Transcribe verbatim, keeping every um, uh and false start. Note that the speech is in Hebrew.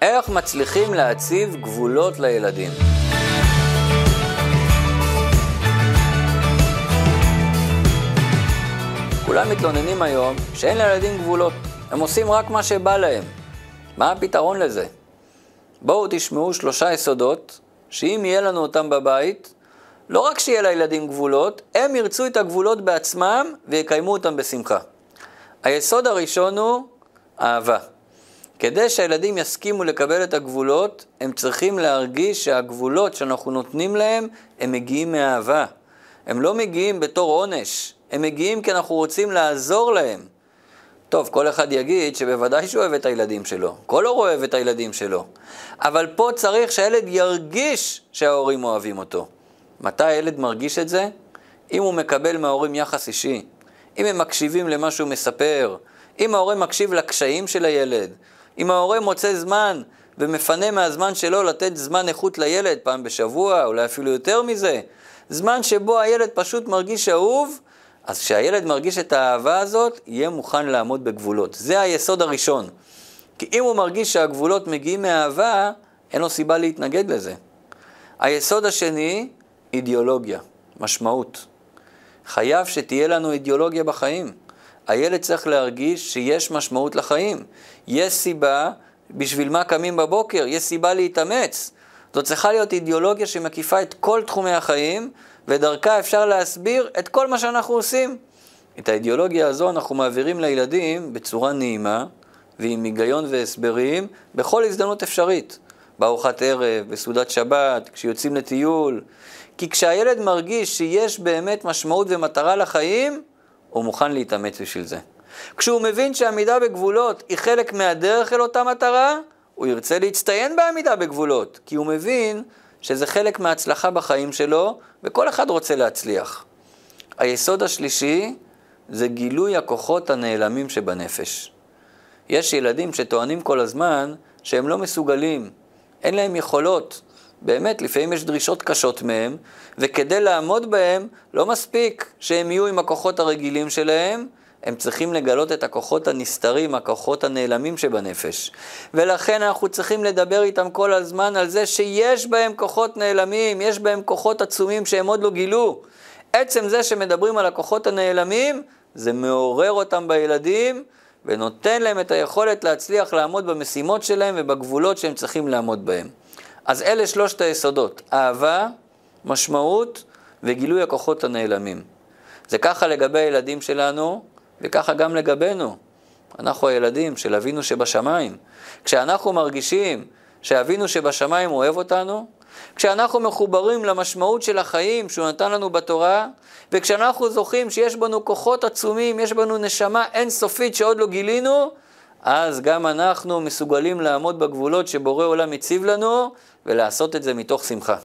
איך מצליחים להציב גבולות לילדים? כולם מתלוננים היום שאין לילדים גבולות. הם עושים רק מה שבא להם. מה הפתרון לזה? בואו תשמעו שלושה יסודות, שאם יהיה לנו אותם בבית, לא רק שיהיה לילדים גבולות, הם ירצו את הגבולות בעצמם ויקיימו אותם בשמחה. היסוד הראשון הוא אהבה. כדי שהילדים יסכימו לקבל את הגבולות, הם צריכים להרגיש שהגבולות שאנחנו נותנים להם, הם מגיעים מאהבה. הם לא מגיעים בתור עונש, הם מגיעים כי אנחנו רוצים לעזור להם. טוב, כל אחד יגיד שבוודאי שהוא אוהב את הילדים שלו. כל הורה אוהב את הילדים שלו. אבל פה צריך שהילד ירגיש שההורים אוהבים אותו. מתי הילד מרגיש את זה? אם הוא מקבל מההורים יחס אישי. אם הם מקשיבים למה שהוא מספר. אם ההורה מקשיב לקשיים של הילד. אם ההורה מוצא זמן ומפנה מהזמן שלו לתת זמן איכות לילד פעם בשבוע, אולי אפילו יותר מזה. זמן שבו הילד פשוט מרגיש אהוב, אז כשהילד מרגיש את האהבה הזאת, יהיה מוכן לעמוד בגבולות. זה היסוד הראשון. כי אם הוא מרגיש שהגבולות מגיעים מאהבה, אין לו סיבה להתנגד לזה. היסוד השני, אידיאולוגיה, משמעות. חייב שתהיה לנו אידיאולוגיה בחיים. הילד צריך להרגיש שיש משמעות לחיים. יש סיבה בשביל מה קמים בבוקר, יש סיבה להתאמץ. זאת צריכה להיות אידיאולוגיה שמקיפה את כל תחומי החיים, ודרכה אפשר להסביר את כל מה שאנחנו עושים. את האידיאולוגיה הזו אנחנו מעבירים לילדים בצורה נעימה, ועם היגיון והסברים, בכל הזדמנות אפשרית. בארוחת ערב, בסעודת שבת, כשיוצאים לטיול. כי כשהילד מרגיש שיש באמת משמעות ומטרה לחיים, הוא מוכן להתאמץ בשביל זה. כשהוא מבין שעמידה בגבולות היא חלק מהדרך אל אותה מטרה, הוא ירצה להצטיין בעמידה בגבולות, כי הוא מבין שזה חלק מההצלחה בחיים שלו, וכל אחד רוצה להצליח. היסוד השלישי זה גילוי הכוחות הנעלמים שבנפש. יש ילדים שטוענים כל הזמן שהם לא מסוגלים, אין להם יכולות. באמת, לפעמים יש דרישות קשות מהם, וכדי לעמוד בהם לא מספיק שהם יהיו עם הכוחות הרגילים שלהם, הם צריכים לגלות את הכוחות הנסתרים, הכוחות הנעלמים שבנפש. ולכן אנחנו צריכים לדבר איתם כל הזמן על זה שיש בהם כוחות נעלמים, יש בהם כוחות עצומים שהם עוד לא גילו. עצם זה שמדברים על הכוחות הנעלמים, זה מעורר אותם בילדים, ונותן להם את היכולת להצליח לעמוד במשימות שלהם ובגבולות שהם צריכים לעמוד בהם. אז אלה שלושת היסודות, אהבה, משמעות וגילוי הכוחות הנעלמים. זה ככה לגבי הילדים שלנו, וככה גם לגבינו. אנחנו הילדים של אבינו שבשמיים. כשאנחנו מרגישים שאבינו שבשמיים אוהב אותנו, כשאנחנו מחוברים למשמעות של החיים שהוא נתן לנו בתורה, וכשאנחנו זוכים שיש בנו כוחות עצומים, יש בנו נשמה אינסופית שעוד לא גילינו, אז גם אנחנו מסוגלים לעמוד בגבולות שבורא עולם הציב לנו, ולעשות את זה מתוך שמחה.